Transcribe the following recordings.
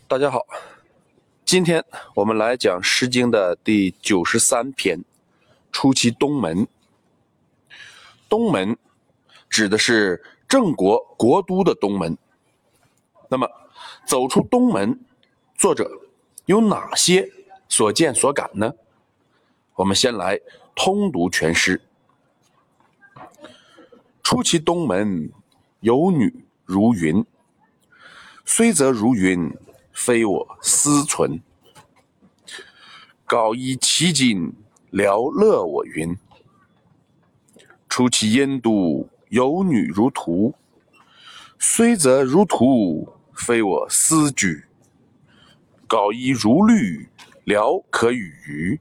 大家好，今天我们来讲《诗经》的第93篇，出其东门。东门指的是郑国国都的东门。那么，走出东门，作者有哪些所见所感呢？我们先来通读全诗。出其东门，有女如云。虽则如云，非我思存。缟衣其襟，聊乐我云。出其燕都，有女如图。虽则如图，非我思居。缟衣如绿，聊可与鱼。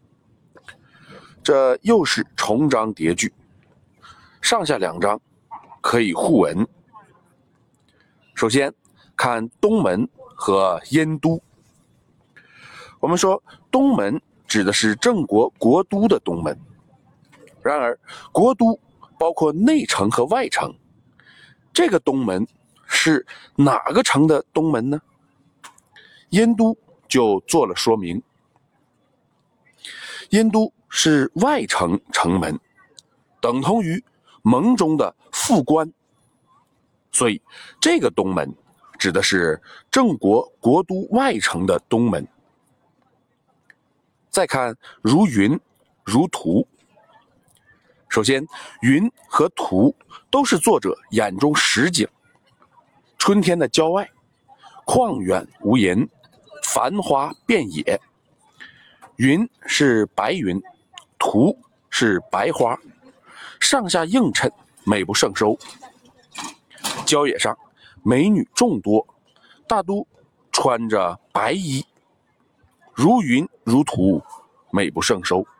这又是重章叠句，上下两章可以互文。首先看东门和燕都。我们说东门指的是郑国国都的东门，然而国都包括内城和外城，这个东门是哪个城的东门呢？燕都就做了说明。燕都是外城城门，等同于盟中的副官，所以这个东门指的是郑国国都外城的东门。再看如云如图。首先，云和图都是作者眼中实景，春天的郊外，旷远无垠，繁花遍野。云是白云，图是白花，上下映衬，美不胜收。郊野上美女众多，大都穿着白衣，如云如图，美不胜收。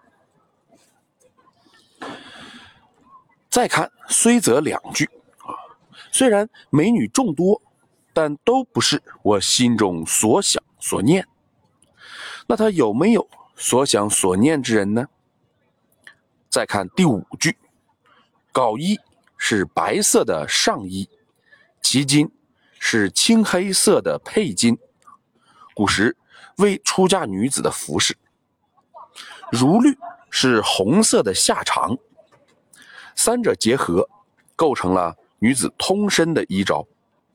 再看虽则两句，虽然美女众多，但都不是我心中所想所念。那他有没有所想所念之人呢？再看第五句，缟衣是白色的上衣，其襟是青黑色的佩巾，古时为出嫁女子的服饰。如绿是红色的下裳，三者结合，构成了女子通身的衣着。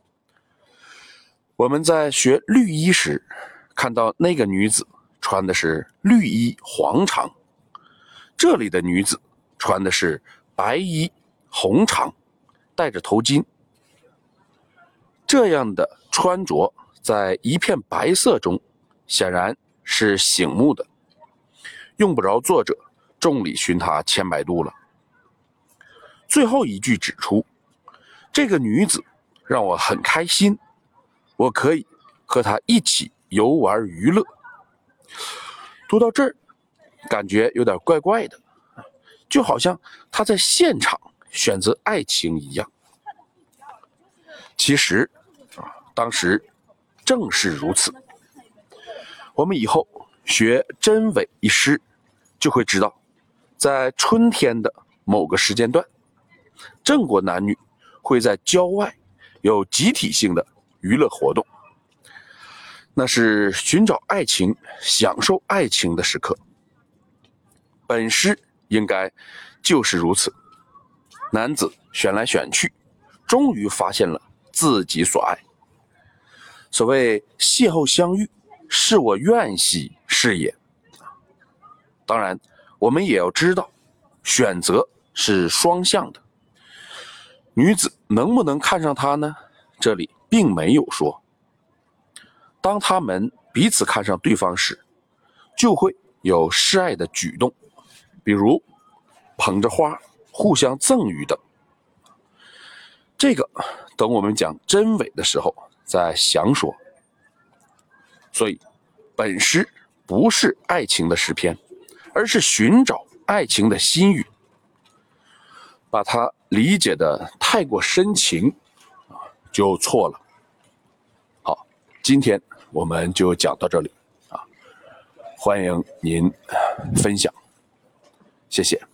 我们在学绿衣时，看到那个女子穿的是绿衣黄裳，这里的女子穿的是白衣红裳，戴着头巾。这样的穿着在一片白色中，显然是醒目的，用不着作者众里寻她千百度了。最后一句指出，这个女子让我很开心，我可以和她一起游玩娱乐。读到这儿，感觉有点怪怪的，就好像她在现场选择爱情一样。其实当时正是如此。我们以后学真伪一诗，就会知道，在春天的某个时间段，郑国男女会在郊外有集体性的娱乐活动，那是寻找爱情、享受爱情的时刻。本诗应该就是如此，男子选来选去，终于发现了自己所爱。所谓邂逅相遇，是我愿兮是也。当然，我们也要知道，选择是双向的。女子能不能看上他呢？这里并没有说。当他们彼此看上对方时，就会有示爱的举动，比如捧着花、互相赠予等。这个等我们讲真伪的时候再详说。所以本诗不是爱情的诗篇，而是寻找爱情的心语。把它理解的太过深情，就错了。好，今天我们就讲到这里，欢迎您分享，谢谢。